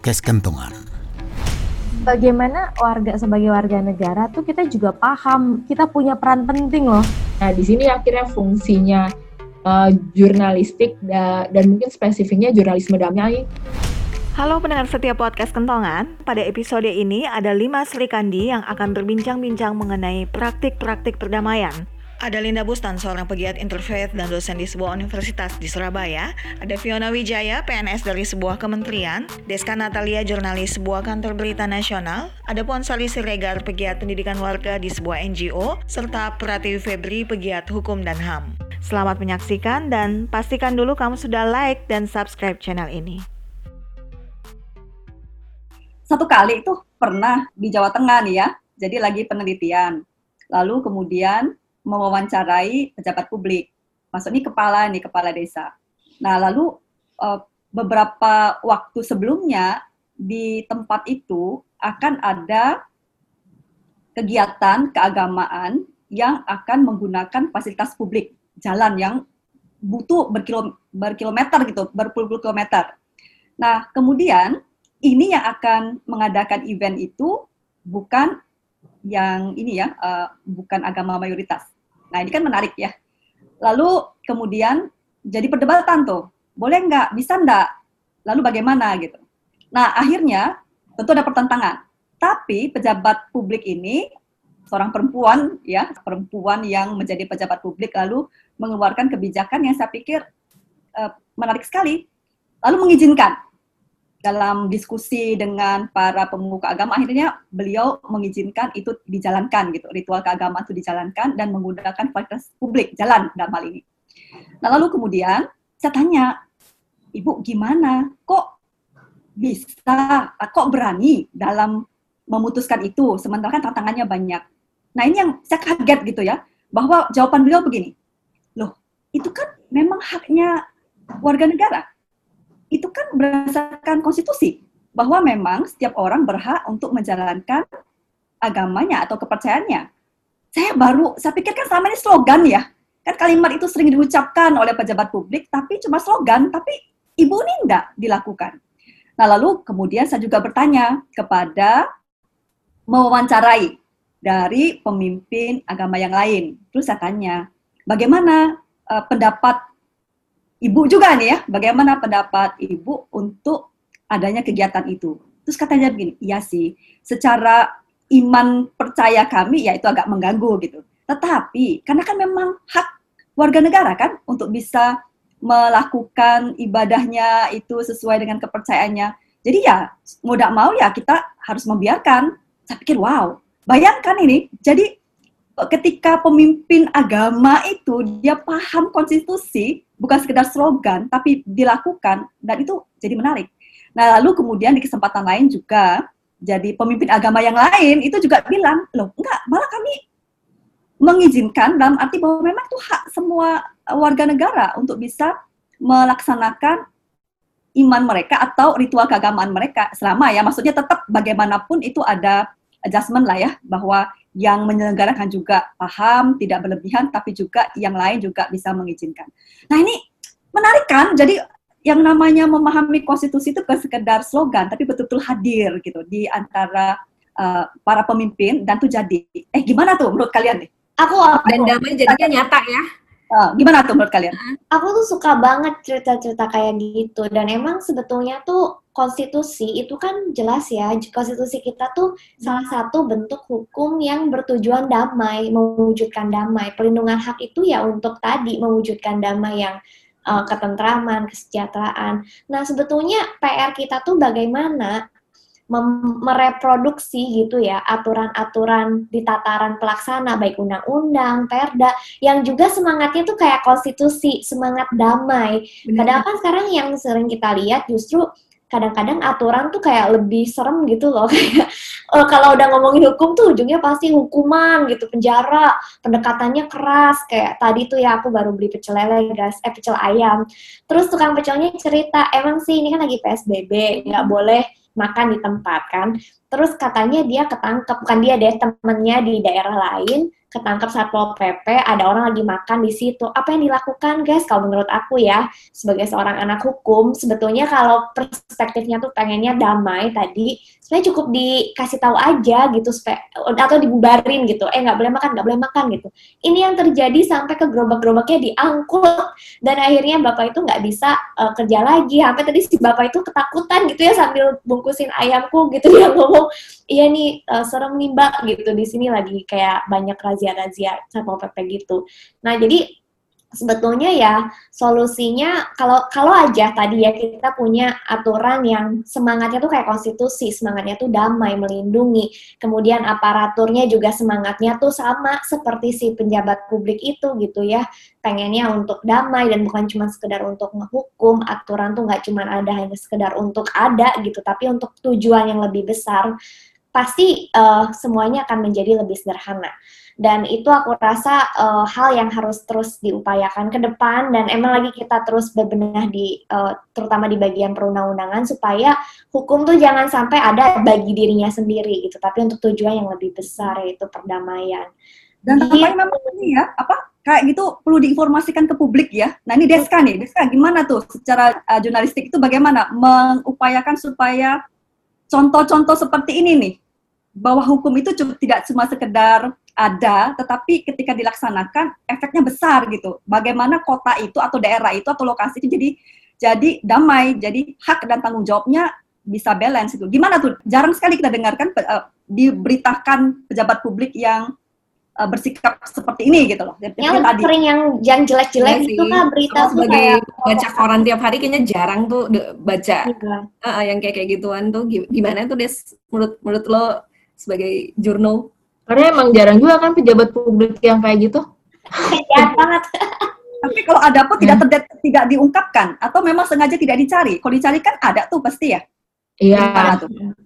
podcast Kentongan. Bagaimana sebagai warga negara tuh kita juga paham, kita punya peran penting loh. Nah, di sini akhirnya fungsinya jurnalistik dan mungkin spesifiknya jurnalisme damai. Halo pendengar setia podcast Kentongan. Pada episode ini ada 5 Serikandi yang akan berbincang-bincang mengenai praktik-praktik perdamaian. Ada Linda Bustan, seorang pegiat interfaith dan dosen di sebuah universitas di Surabaya. Ada Fiona Wijaya, PNS dari sebuah kementerian. Deska Natalia, jurnalis sebuah kantor berita nasional. Ada Ponsali Siregar, pegiat pendidikan warga di sebuah NGO. Serta Pratiwi Febri, pegiat hukum dan HAM. Selamat menyaksikan dan pastikan dulu kamu sudah like dan subscribe channel ini. Satu kali itu pernah di Jawa Tengah nih ya, jadi lagi penelitian. Lalu kemudian mewawancarai pejabat publik, maksudnya kepala desa. Nah, lalu beberapa waktu sebelumnya di tempat itu akan ada kegiatan keagamaan yang akan menggunakan fasilitas publik, jalan yang butuh berkilometer gitu, berpuluh-puluh kilometer. Nah, kemudian ini yang akan mengadakan event itu bukan yang ini ya, bukan agama mayoritas. Nah, ini kan menarik ya. Lalu kemudian jadi perdebatan tuh, boleh nggak, bisa nggak, lalu bagaimana gitu. Nah, akhirnya tentu ada pertentangan. Tapi pejabat publik ini, seorang perempuan ya, perempuan yang menjadi pejabat publik lalu mengeluarkan kebijakan yang saya pikir menarik sekali. Lalu mengizinkan. Dalam diskusi dengan para pemuka agama, akhirnya beliau mengizinkan itu dijalankan gitu, ritual keagamaan itu dijalankan dan menggunakan fasilitas publik, jalan dalam hal ini. Nah, lalu kemudian saya tanya, Ibu gimana? Kok bisa, kok berani dalam memutuskan itu, sementara kan tantangannya banyak. Nah, ini yang saya kaget gitu ya, bahwa jawaban beliau begini, loh, itu kan memang haknya warga negara. Itu kan berdasarkan konstitusi, bahwa memang setiap orang berhak untuk menjalankan agamanya atau kepercayaannya. Saya pikir kan selama ini slogan ya, kan kalimat itu sering diucapkan oleh pejabat publik, tapi cuma slogan, tapi Ibu ini enggak dilakukan. Nah, lalu kemudian saya juga bertanya kepada mewawancarai dari pemimpin agama yang lain. Terus saya tanya, bagaimana pendapat Ibu juga nih ya, bagaimana pendapat Ibu untuk adanya kegiatan itu? Terus katanya begini, iya sih, secara iman percaya kami ya itu agak mengganggu gitu. Tetapi, karena kan memang hak warga negara kan untuk bisa melakukan ibadahnya itu sesuai dengan kepercayaannya. Jadi ya, mau tidak mau ya kita harus membiarkan. Saya pikir, wow, bayangkan ini, jadi ketika pemimpin agama itu dia paham konstitusi, bukan sekedar slogan, tapi dilakukan, dan itu jadi menarik. Nah, lalu kemudian di kesempatan lain juga, jadi pemimpin agama yang lain itu juga bilang, loh enggak, malah kami mengizinkan dalam arti bahwa memang itu hak semua warga negara untuk bisa melaksanakan iman mereka atau ritual keagamaan mereka selama ya, maksudnya tetap bagaimanapun itu ada adjustment lah ya, bahwa yang menyelenggarakan juga paham, tidak berlebihan, tapi juga yang lain juga bisa mengizinkan. Nah, ini menarik kan? Jadi yang namanya memahami konstitusi itu bukan sekedar slogan, tapi betul-betul hadir gitu di antara para pemimpin, dan tuh jadi. Gimana tuh menurut kalian nih? Dan damai jadinya nyata ya. Gimana tuh menurut kalian? Aku tuh suka banget cerita-cerita kayak gitu, dan emang sebetulnya tuh konstitusi itu kan jelas ya, konstitusi kita tuh salah satu bentuk hukum yang bertujuan damai, mewujudkan damai. Perlindungan hak itu ya untuk tadi mewujudkan damai yang ketentraman, kesejahteraan. Nah, sebetulnya PR kita tuh bagaimana mereproduksi gitu ya aturan-aturan di tataran pelaksana, baik undang-undang, perda, yang juga semangatnya tuh kayak konstitusi, semangat damai. Padahal kan sekarang yang sering kita lihat justru kadang-kadang aturan tuh kayak lebih serem gitu loh, kayak kalau udah ngomongin hukum tuh ujungnya pasti hukuman gitu, penjara, pendekatannya keras. Kayak tadi tuh ya aku baru beli pecel lele guys, pecel ayam, terus tukang pecelnya cerita, emang sih ini kan lagi PSBB, nggak boleh makan di tempat kan, terus katanya dia ketangkep, bukan dia deh, temennya di daerah lain ketangkap Satpol PP, ada orang lagi makan di situ. Apa yang dilakukan, guys? Kalau menurut aku ya, sebagai seorang anak hukum, sebetulnya kalau perspektifnya tuh pengennya damai tadi, sebenarnya cukup dikasih tahu aja gitu, atau dibubarin gitu. Nggak boleh makan gitu. Ini yang terjadi sampai ke gerobak-gerobaknya diangkut, dan akhirnya bapak itu nggak bisa kerja lagi. Sampai tadi si bapak itu ketakutan gitu ya sambil bungkusin ayamku gitu, dia ngomong, iya nih serem nih mbak gitu, di sini lagi kayak banyak razia Satpol PP gitu. Nah jadi sebetulnya ya solusinya kalau aja tadi ya kita punya aturan yang semangatnya tuh kayak konstitusi, semangatnya tuh damai, melindungi, kemudian aparaturnya juga semangatnya tuh sama seperti si penjabat publik itu gitu ya, pengennya untuk damai dan bukan cuma sekedar untuk ngehukum. Aturan tuh nggak cuma ada hanya sekedar untuk ada gitu, tapi untuk tujuan yang lebih besar, pasti semuanya akan menjadi lebih sederhana. Dan itu aku rasa hal yang harus terus diupayakan ke depan, dan emang lagi kita terus berbenah terutama di bagian perundang-undangan, supaya hukum tuh jangan sampai ada bagi dirinya sendiri gitu, tapi untuk tujuan yang lebih besar, yaitu perdamaian. Dan tampaknya memang ini ya, kayak gitu perlu diinformasikan ke publik ya. Nah ini Deska gimana tuh secara jurnalistik itu bagaimana mengupayakan supaya contoh-contoh seperti ini nih, bahwa hukum itu tidak cuma sekedar ada, tetapi ketika dilaksanakan efeknya besar gitu. Bagaimana kota itu atau daerah itu atau lokasi itu jadi damai, jadi hak dan tanggung jawabnya bisa balance itu. Gimana tuh? Jarang sekali kita dengarkan diberitakan pejabat publik yang bersikap seperti ini gitu loh. Yang sering yang jelek-jelek itu kan berita tuh sebagai baca koran tiap hari kayaknya jarang tuh baca yang kayak gituan tuh. Gimana tuh Des menurut lo sebagai jurnal? Karena emang jarang juga kan pejabat publik yang kayak gitu. Jahat banget. Tapi kalau ada pun tidak diungkapkan atau memang sengaja tidak dicari. Kalau dicari kan ada tuh pasti ya. Iya.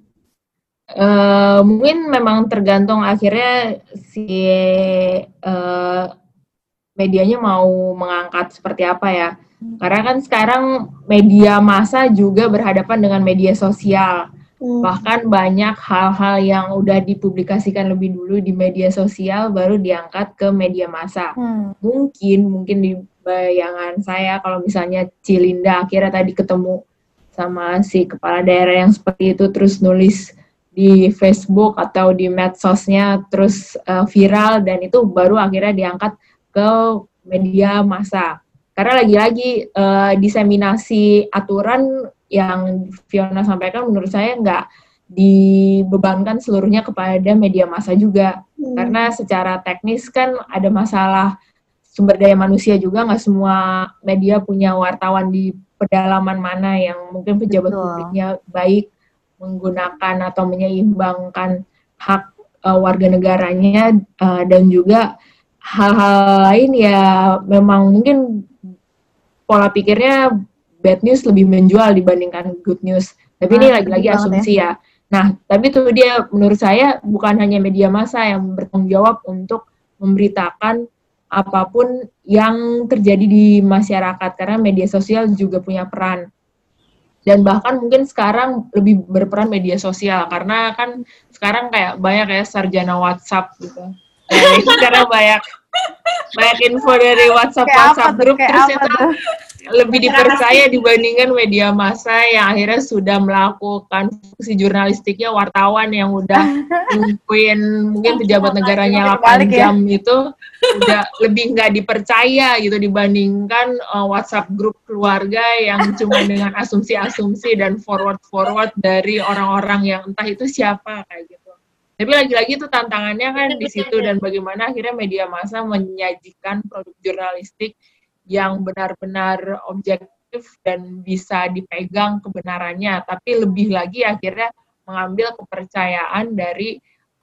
Mungkin memang tergantung akhirnya si medianya mau mengangkat seperti apa ya. Karena kan sekarang media massa juga berhadapan dengan media sosial. Bahkan banyak hal-hal yang udah dipublikasikan lebih dulu di media sosial baru diangkat ke media massa. Mungkin di bayangan saya kalau misalnya Cilinda akhirnya tadi ketemu sama si kepala daerah yang seperti itu terus nulis di Facebook atau di medsosnya terus viral, dan itu baru akhirnya diangkat ke media massa. Karena lagi-lagi diseminasi aturan yang Fiona sampaikan menurut saya nggak dibebankan seluruhnya kepada media massa juga. Karena secara teknis kan ada masalah sumber daya manusia juga, nggak semua media punya wartawan di pedalaman mana yang mungkin pejabat publiknya baik menggunakan atau menyeimbangkan hak warga negaranya, dan juga hal-hal lain ya memang mungkin pola pikirnya bad news lebih menjual dibandingkan good news. Tapi ini lagi-lagi asumsi ya. Nah, tapi itu dia menurut saya bukan hanya media massa yang bertanggung jawab untuk memberitakan apapun yang terjadi di masyarakat, karena media sosial juga punya peran. Dan bahkan mungkin sekarang lebih berperan media sosial, karena kan sekarang kayak banyak ya sarjana WhatsApp gitu. Karena banyak info dari WhatsApp grup, terus itu lebih dipercaya dibandingkan media massa yang akhirnya sudah melakukan fungsi jurnalistiknya, wartawan yang udah nungguin mungkin pejabat negaranya 8 jam itu udah lebih nggak dipercaya gitu dibandingkan WhatsApp grup keluarga yang cuma dengan asumsi-asumsi dan forward dari orang-orang yang entah itu siapa kayak gitu. Tapi lagi-lagi itu tantangannya kan di situ, dan bagaimana akhirnya media massa menyajikan produk jurnalistik yang benar-benar objektif dan bisa dipegang kebenarannya, tapi lebih lagi akhirnya mengambil kepercayaan dari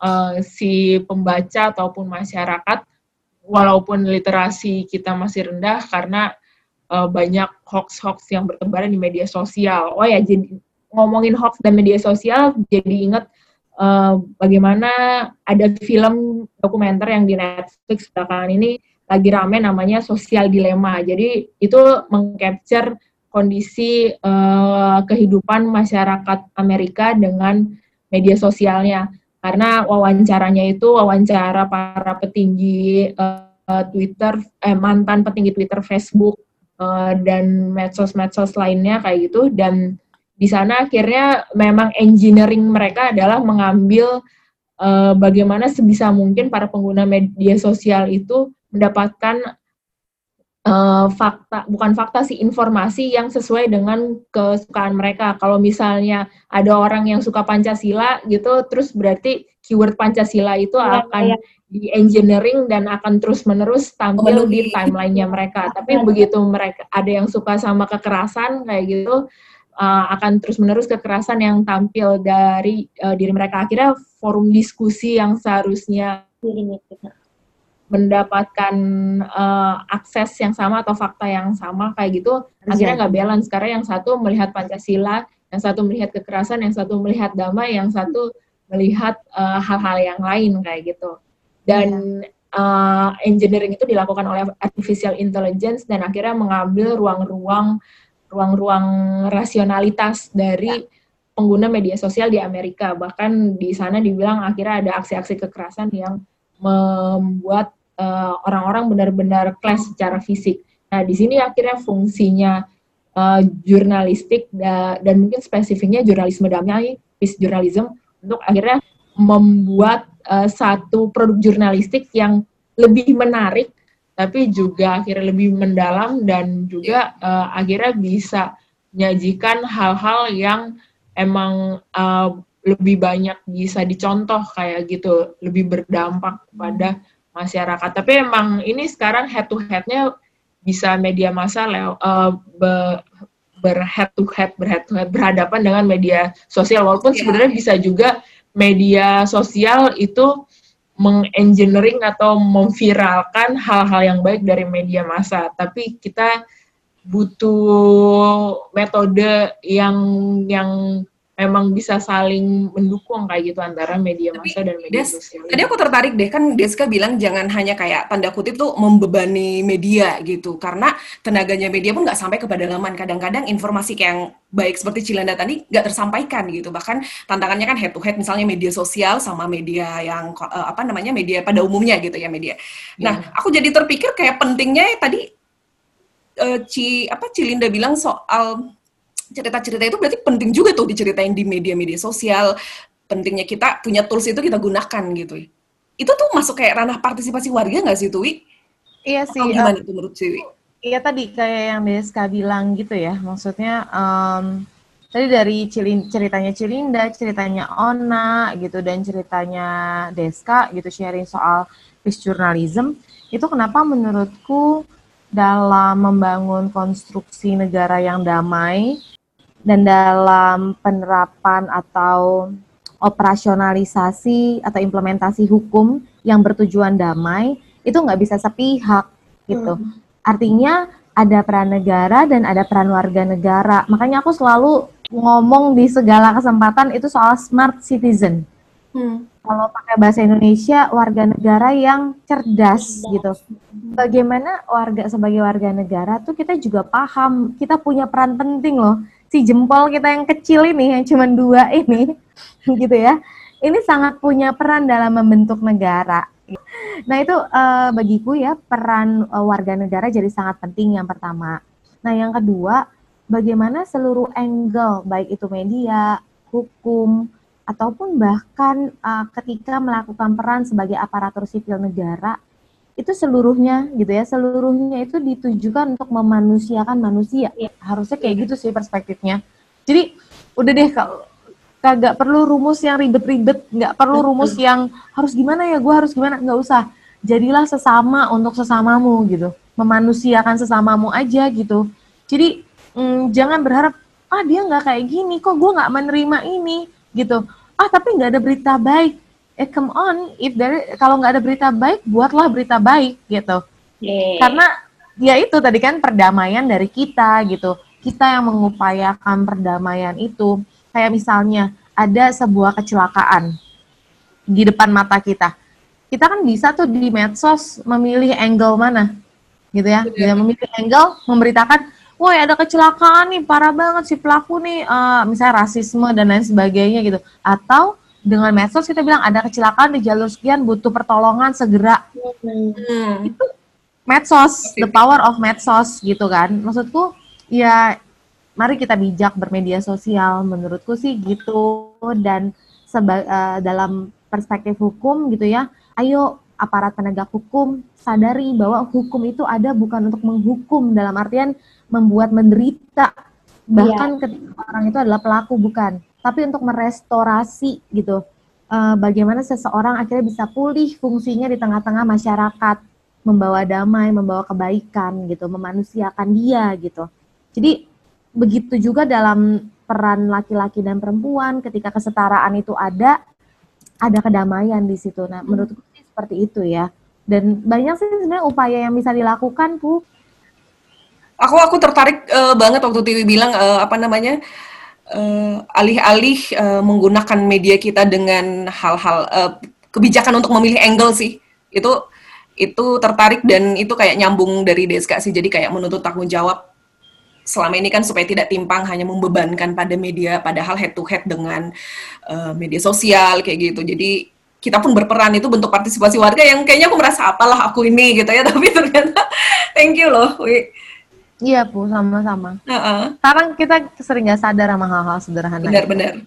si pembaca ataupun masyarakat, walaupun literasi kita masih rendah karena banyak hoax-hoax yang bertebaran di media sosial. Oh ya, jadi ngomongin hoax dan media sosial, jadi ingat bagaimana ada film dokumenter yang di Netflix belakangan ini lagi rame namanya Social Dilemma. Jadi itu meng-capture kondisi kehidupan masyarakat Amerika dengan media sosialnya. karena wawancaranya itu wawancara para petinggi Twitter, mantan petinggi Twitter, Facebook, dan medsos-medsos lainnya kayak gitu. Dan di sana akhirnya memang engineering mereka adalah mengambil bagaimana sebisa mungkin para pengguna media sosial itu mendapatkan informasi yang sesuai dengan kesukaan mereka. Kalau misalnya ada orang yang suka Pancasila gitu, terus berarti keyword Pancasila itu akan di engineering dan akan terus-menerus tampil di timeline-nya mereka. Tapi begitu mereka ada yang suka sama kekerasan kayak gitu, akan terus-menerus kekerasan yang tampil dari diri mereka. Akhirnya forum diskusi yang seharusnya mendapatkan akses yang sama atau fakta yang sama kayak gitu, akhirnya nggak balance. Karena yang satu melihat Pancasila, yang satu melihat kekerasan, yang satu melihat damai, yang satu melihat hal-hal yang lain kayak gitu. Dan engineering itu dilakukan oleh artificial intelligence dan akhirnya mengambil ruang-ruang rasionalitas dari pengguna media sosial di Amerika. Bahkan di sana dibilang akhirnya ada aksi-aksi kekerasan yang membuat orang-orang benar-benar clash secara fisik. Nah, di sini akhirnya fungsinya jurnalistik dan mungkin spesifiknya jurnalisme damai, peace journalism, untuk akhirnya membuat satu produk jurnalistik yang lebih menarik, tapi juga akhirnya lebih mendalam dan juga akhirnya bisa menyajikan hal-hal yang emang lebih banyak bisa dicontoh kayak gitu, lebih berdampak pada masyarakat. Tapi emang ini sekarang head to head-nya bisa media massa berhead to head berhadapan dengan media sosial, walaupun sebenarnya bisa juga media sosial itu mengengineering atau memviralkan hal-hal yang baik dari media massa, tapi kita butuh metode yang memang bisa saling mendukung kayak gitu antara media massa dan media sosial. Tadi aku tertarik deh, kan Deska bilang jangan hanya kayak tanda kutip tuh membebani media gitu, karena tenaganya media pun nggak sampai ke pedalaman. Kadang-kadang informasi yang baik seperti Cilinda tadi nggak tersampaikan gitu. Bahkan tantangannya kan head to head, misalnya media sosial sama media yang media pada umumnya gitu ya, media. Nah, aku jadi terpikir kayak pentingnya tadi Cilinda bilang soal cerita-cerita itu berarti penting juga tuh diceritain di media-media sosial. Pentingnya kita punya tools itu kita gunakan gitu. Itu tuh masuk kayak ranah partisipasi warga nggak sih, Wi? Iya sih. Atau gimana tuh menurut Wi? Iya tadi kayak yang Deska bilang gitu ya. Maksudnya tadi dari ceritanya Cilinda, ceritanya Ona gitu, dan ceritanya Deska gitu, sharing soal peace journalism. Itu kenapa menurutku dalam membangun konstruksi negara yang damai dan dalam penerapan atau operasionalisasi atau implementasi hukum yang bertujuan damai, itu nggak bisa sepihak gitu. Artinya ada peran negara dan ada peran warga negara. Makanya aku selalu ngomong di segala kesempatan itu soal smart citizen. Kalau pakai bahasa Indonesia, warga negara yang cerdas gitu. Bagaimana sebagai warga negara tuh kita juga paham, kita punya peran penting loh. Si jempol kita yang kecil ini, yang cuma 2 ini, gitu ya. Ini sangat punya peran dalam membentuk negara. Nah itu bagiku ya, peran warga negara jadi sangat penting yang pertama. Nah yang kedua, bagaimana seluruh angle, baik itu media, hukum, ataupun bahkan ketika melakukan peran sebagai aparatur sipil negara, itu seluruhnya gitu ya, seluruhnya itu ditujukan untuk memanusiakan manusia. Harusnya kayak gitu sih perspektifnya. Jadi udah deh, kagak perlu rumus yang ribet-ribet, nggak perlu rumus yang harus gimana ya, gue harus gimana, nggak usah. Jadilah sesama untuk sesamamu gitu, memanusiakan sesamamu aja gitu. Jadi jangan berharap, dia nggak kayak gini, kok gue nggak menerima ini gitu. Tapi nggak ada berita baik. Come on, kalau nggak ada berita baik, buatlah berita baik gitu. Karena ya itu tadi kan perdamaian dari kita gitu. Kita yang mengupayakan perdamaian itu. Kayak misalnya ada sebuah kecelakaan di depan mata kita. Kita kan bisa tuh di medsos memilih angle mana, gitu ya. Kita memilih angle, memberitakan, woi ada kecelakaan nih, parah banget si pelaku nih, misalnya rasisme dan lain sebagainya gitu. Atau dengan medsos kita bilang ada kecelakaan di jalur sekian, butuh pertolongan segera. Itu medsos, the power of medsos gitu kan. Maksudku ya mari kita bijak bermedia sosial, menurutku sih gitu. Dan dalam perspektif hukum gitu ya, ayo aparat penegak hukum sadari bahwa hukum itu ada bukan untuk menghukum dalam artian membuat menderita, bahkan ketika orang itu adalah pelaku, bukan, tapi untuk merestorasi gitu, bagaimana seseorang akhirnya bisa pulih fungsinya di tengah-tengah masyarakat, membawa damai, membawa kebaikan gitu, memanusiakan dia gitu. Jadi begitu juga dalam peran laki-laki dan perempuan, ketika kesetaraan itu ada kedamaian di situ. Nah, menurutku sih seperti itu ya. Dan banyak sih sebenarnya upaya yang bisa dilakukan, Bu. Aku tertarik banget waktu Tiwi bilang alih-alih menggunakan media kita dengan hal-hal kebijakan untuk memilih angle sih. Itu tertarik dan itu kayak nyambung dari Deska sih. Jadi kayak menuntut tanggung jawab selama ini kan supaya tidak timpang hanya membebankan pada media, padahal head to head dengan media sosial kayak gitu. Jadi kita pun berperan, itu bentuk partisipasi warga yang kayaknya aku merasa apalah aku ini gitu ya, tapi ternyata thank you loh, Wi. Iya, Bu, sama-sama. Sekarang kita sering nggak sadar sama hal-hal sederhana. Benar-benar.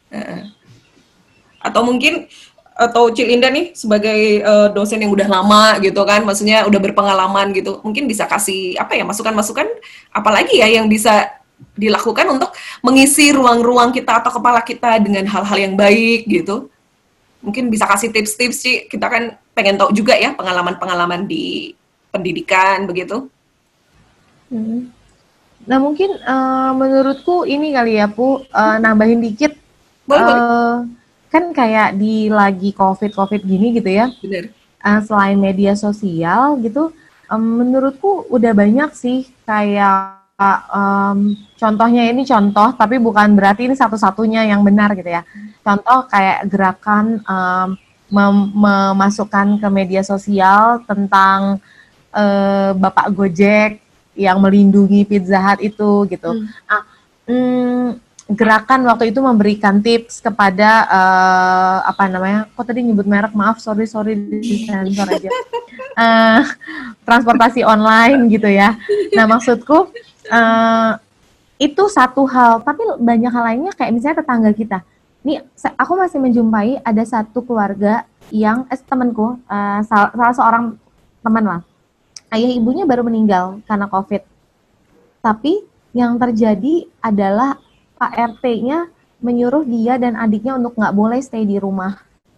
Atau Cilinda nih sebagai dosen yang udah lama gitu kan, maksudnya udah berpengalaman gitu, mungkin bisa kasih masukan-masukan apalagi ya yang bisa dilakukan untuk mengisi ruang-ruang kita atau kepala kita dengan hal-hal yang baik gitu. Mungkin bisa kasih tips-tips sih, kita kan pengen tahu juga ya pengalaman-pengalaman di pendidikan begitu. Nah mungkin menurutku ini kali ya, Bu, nambahin dikit. Boleh. Kan kayak di lagi COVID gini gitu ya. Benar. Selain media sosial gitu, menurutku udah banyak sih kayak contohnya, ini contoh tapi bukan berarti ini satu-satunya yang benar gitu ya. Contoh kayak gerakan memasukkan ke media sosial tentang Bapak Gojek yang melindungi Pizza Hut itu gitu. Gerakan waktu itu memberikan tips kepada kok tadi nyebut merek, maaf, sorry disensor aja. Transportasi online gitu ya. Nah maksudku itu satu hal, tapi banyak hal lainnya kayak misalnya tetangga kita. Nih aku masih menjumpai ada satu keluarga yang temanku, salah seorang teman lah, ayah ibunya baru meninggal karena COVID. Tapi yang terjadi adalah Pak RT-nya menyuruh dia dan adiknya untuk nggak boleh stay di rumah.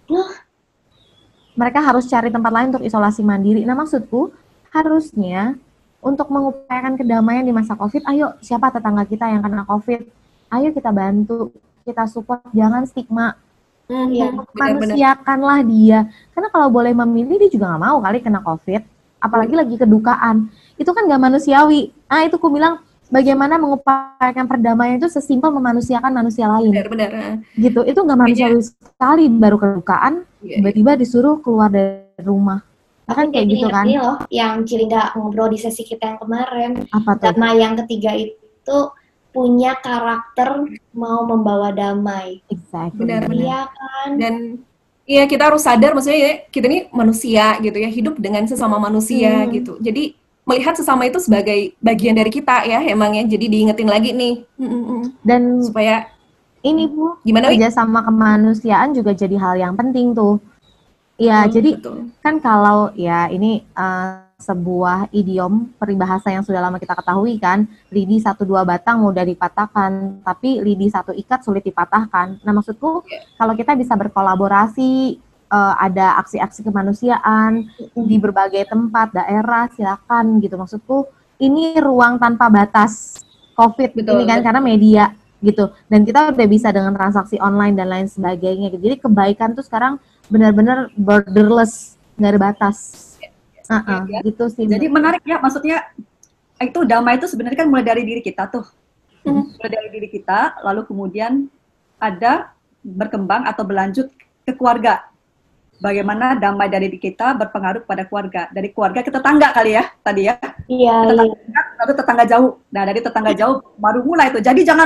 Mereka harus cari tempat lain untuk isolasi mandiri. Nah maksudku, harusnya untuk mengupayakan kedamaian di masa COVID, ayo siapa tetangga kita yang kena COVID, ayo kita bantu, kita support, jangan stigma. Manusiakanlah dia. Karena kalau boleh memilih, dia juga nggak mau kali kena COVID. Apalagi lagi kedukaan. Itu kan nggak manusiawi. Itu ku bilang, bagaimana mengupayakan perdamaian itu sesimpel memanusiakan manusia lain. Benar. Gitu, itu nggak manusiawi sekali. Baru kedukaan, tiba-tiba disuruh keluar dari rumah. Kan kayak gitu kan. Loh, yang Cilinda ngobrol di sesi kita yang kemarin. Apa tuh? Karena yang ketiga itu punya karakter mau membawa damai. Exactly. Benar. Iya kan? Dan iya, kita harus sadar, maksudnya ya, kita ini manusia gitu ya, hidup dengan sesama manusia gitu. Jadi melihat sesama itu sebagai bagian dari kita ya, emangnya. Jadi diingetin lagi nih. Dan supaya ini Bu, gimana, kerja sama kemanusiaan juga jadi hal yang penting tuh. Ya, jadi betul. Kan kalau ya ini sebuah idiom peribahasa yang sudah lama kita ketahui kan, lidi 1 2 batang mudah dipatahkan, tapi lidi 1 ikat sulit dipatahkan. Nah maksudku kalau kita bisa berkolaborasi, ada aksi-aksi kemanusiaan di berbagai tempat, daerah, silakan gitu. Maksudku ini ruang tanpa batas COVID ini kan, karena media gitu. Dan kita udah bisa dengan transaksi online dan lain sebagainya gitu. Jadi kebaikan tuh sekarang benar-benar borderless, nggak ada batas. Gitu sih. Jadi menarik ya, maksudnya itu damai itu sebenarnya kan mulai dari diri kita tuh. Mulai dari diri kita, lalu kemudian ada berkembang atau berlanjut ke keluarga. Bagaimana damai dari diri kita berpengaruh pada keluarga. Dari keluarga ke tetangga kali ya, tadi ya. Iya. Lalu tetangga jauh. Nah dari tetangga jauh baru mulai tuh. Jadi jangan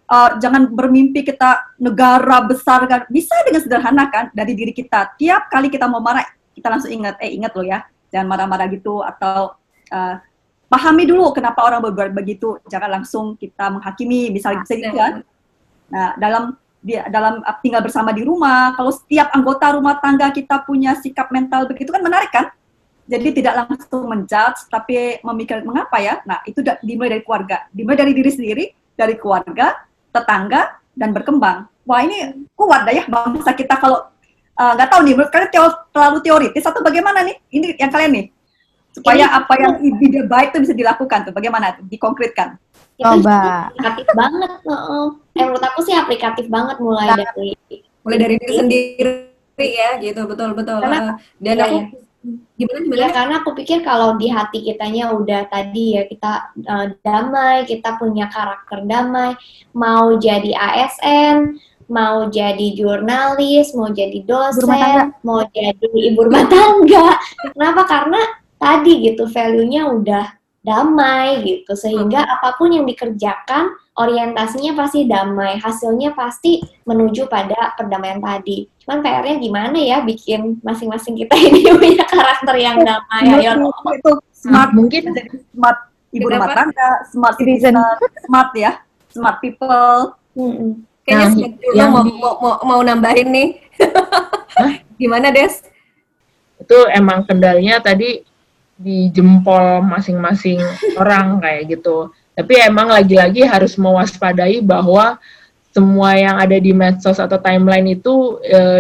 jangan bermimpi kita negara besar kan, bisa dengan sederhana kan dari diri kita. Tiap kali kita mau marah kita langsung ingat loh ya, jangan marah-marah gitu, atau pahami dulu kenapa orang berbuat begitu, jangan langsung kita menghakimi, misalnya gitu kan. Nah, dalam tinggal bersama di rumah, kalau setiap anggota rumah tangga kita punya sikap mental begitu kan menarik kan? Jadi tidak langsung menjudge, tapi memikir mengapa ya. Nah, itu dimulai dari keluarga, dimulai dari diri sendiri, dari keluarga, tetangga, dan berkembang. Wah, ini kuat dah ya bangsa kita. Kalau nggak tahu nih, menurut kalian terlalu teoritis atau bagaimana nih? Ini yang kalian nih, supaya apa yang ide baik itu bisa dilakukan tuh, bagaimana konkretkan? Coba. Aplikatif banget. Menurut aku sih aplikatif banget mulai dari diri sendiri ya, gitu, betul. Karena, dan aku gimana? Ya, karena aku pikir kalau di hati kitanya udah tadi ya, kita damai, kita punya karakter damai, mau jadi ASN, mau jadi jurnalis, mau jadi dosen, mau jadi ibu rumah tangga. Kenapa? Karena tadi gitu value-nya udah damai gitu, sehingga apapun yang dikerjakan orientasinya pasti damai, hasilnya pasti menuju pada perdamaian tadi. Cuman PR-nya gimana ya bikin masing-masing kita ini punya karakter yang damai. Ayo, itu smart, mungkin smart ibu rumah tangga, smart citizen, smart ya, smart people. Kayaknya mau nambahin nih. Gimana, Des? Itu emang kendalanya tadi di jempol masing-masing orang kayak gitu. Tapi emang lagi-lagi harus mewaspadai bahwa semua yang ada di medsos atau timeline itu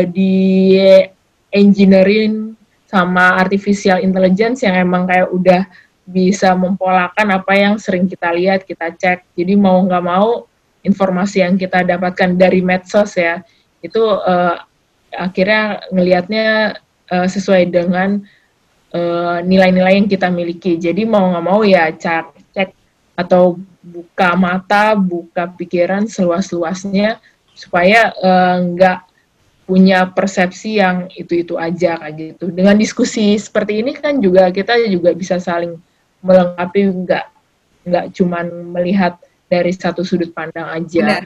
di engineering sama artificial intelligence yang emang kayak udah bisa mempolakan apa yang sering kita lihat, kita cek. Jadi mau nggak mau informasi yang kita dapatkan dari medsos ya, itu akhirnya ngelihatnya sesuai dengan nilai-nilai yang kita miliki. Jadi mau nggak mau ya cek atau buka mata, buka pikiran seluas-luasnya supaya nggak punya persepsi yang itu-itu aja kayak gitu. Dengan diskusi seperti ini kan juga kita juga bisa saling melengkapi, nggak cuman melihat dari satu sudut pandang aja.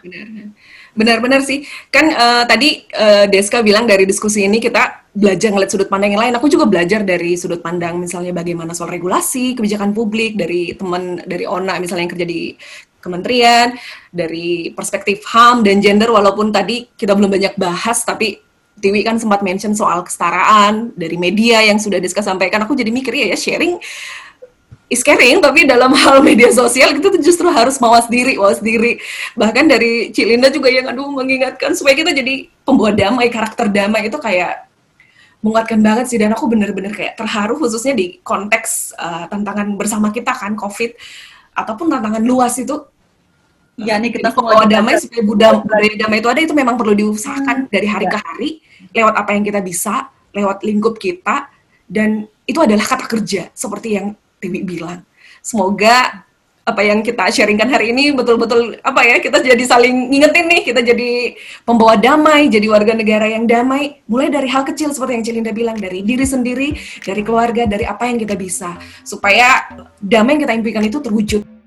Benar sih. Kan tadi Deska bilang dari diskusi ini kita belajar ngeliat sudut pandang yang lain. Aku juga belajar dari sudut pandang misalnya bagaimana soal regulasi, kebijakan publik, dari teman dari ONA misalnya yang kerja di kementerian, dari perspektif HAM dan gender, walaupun tadi kita belum banyak bahas, tapi Tiwi kan sempat mention soal kesetaraan, dari media yang sudah Deska sampaikan. Aku jadi mikir ya sharing is caring, tapi dalam hal media sosial itu tuh justru harus mawas diri. Bahkan dari Cilinda juga yang mengingatkan supaya kita jadi pembawa damai, karakter damai itu kayak menguatkan banget sih. Dan aku bener-bener kayak terharu khususnya di konteks tantangan bersama kita kan, COVID, ataupun tantangan luas itu. Ya nih kita pembawa damai supaya budaya damai itu ada, itu memang perlu diusahakan dari hari ke hari, lewat apa yang kita bisa, lewat lingkup kita, dan itu adalah kata kerja, seperti yang Tiwi bilang. Semoga apa yang kita sharingkan hari ini betul-betul kita jadi saling ngingetin nih, kita jadi pembawa damai, jadi warga negara yang damai, mulai dari hal kecil seperti yang Cilinda bilang, dari diri sendiri, dari keluarga, dari apa yang kita bisa, supaya damai yang kita impikan itu terwujud.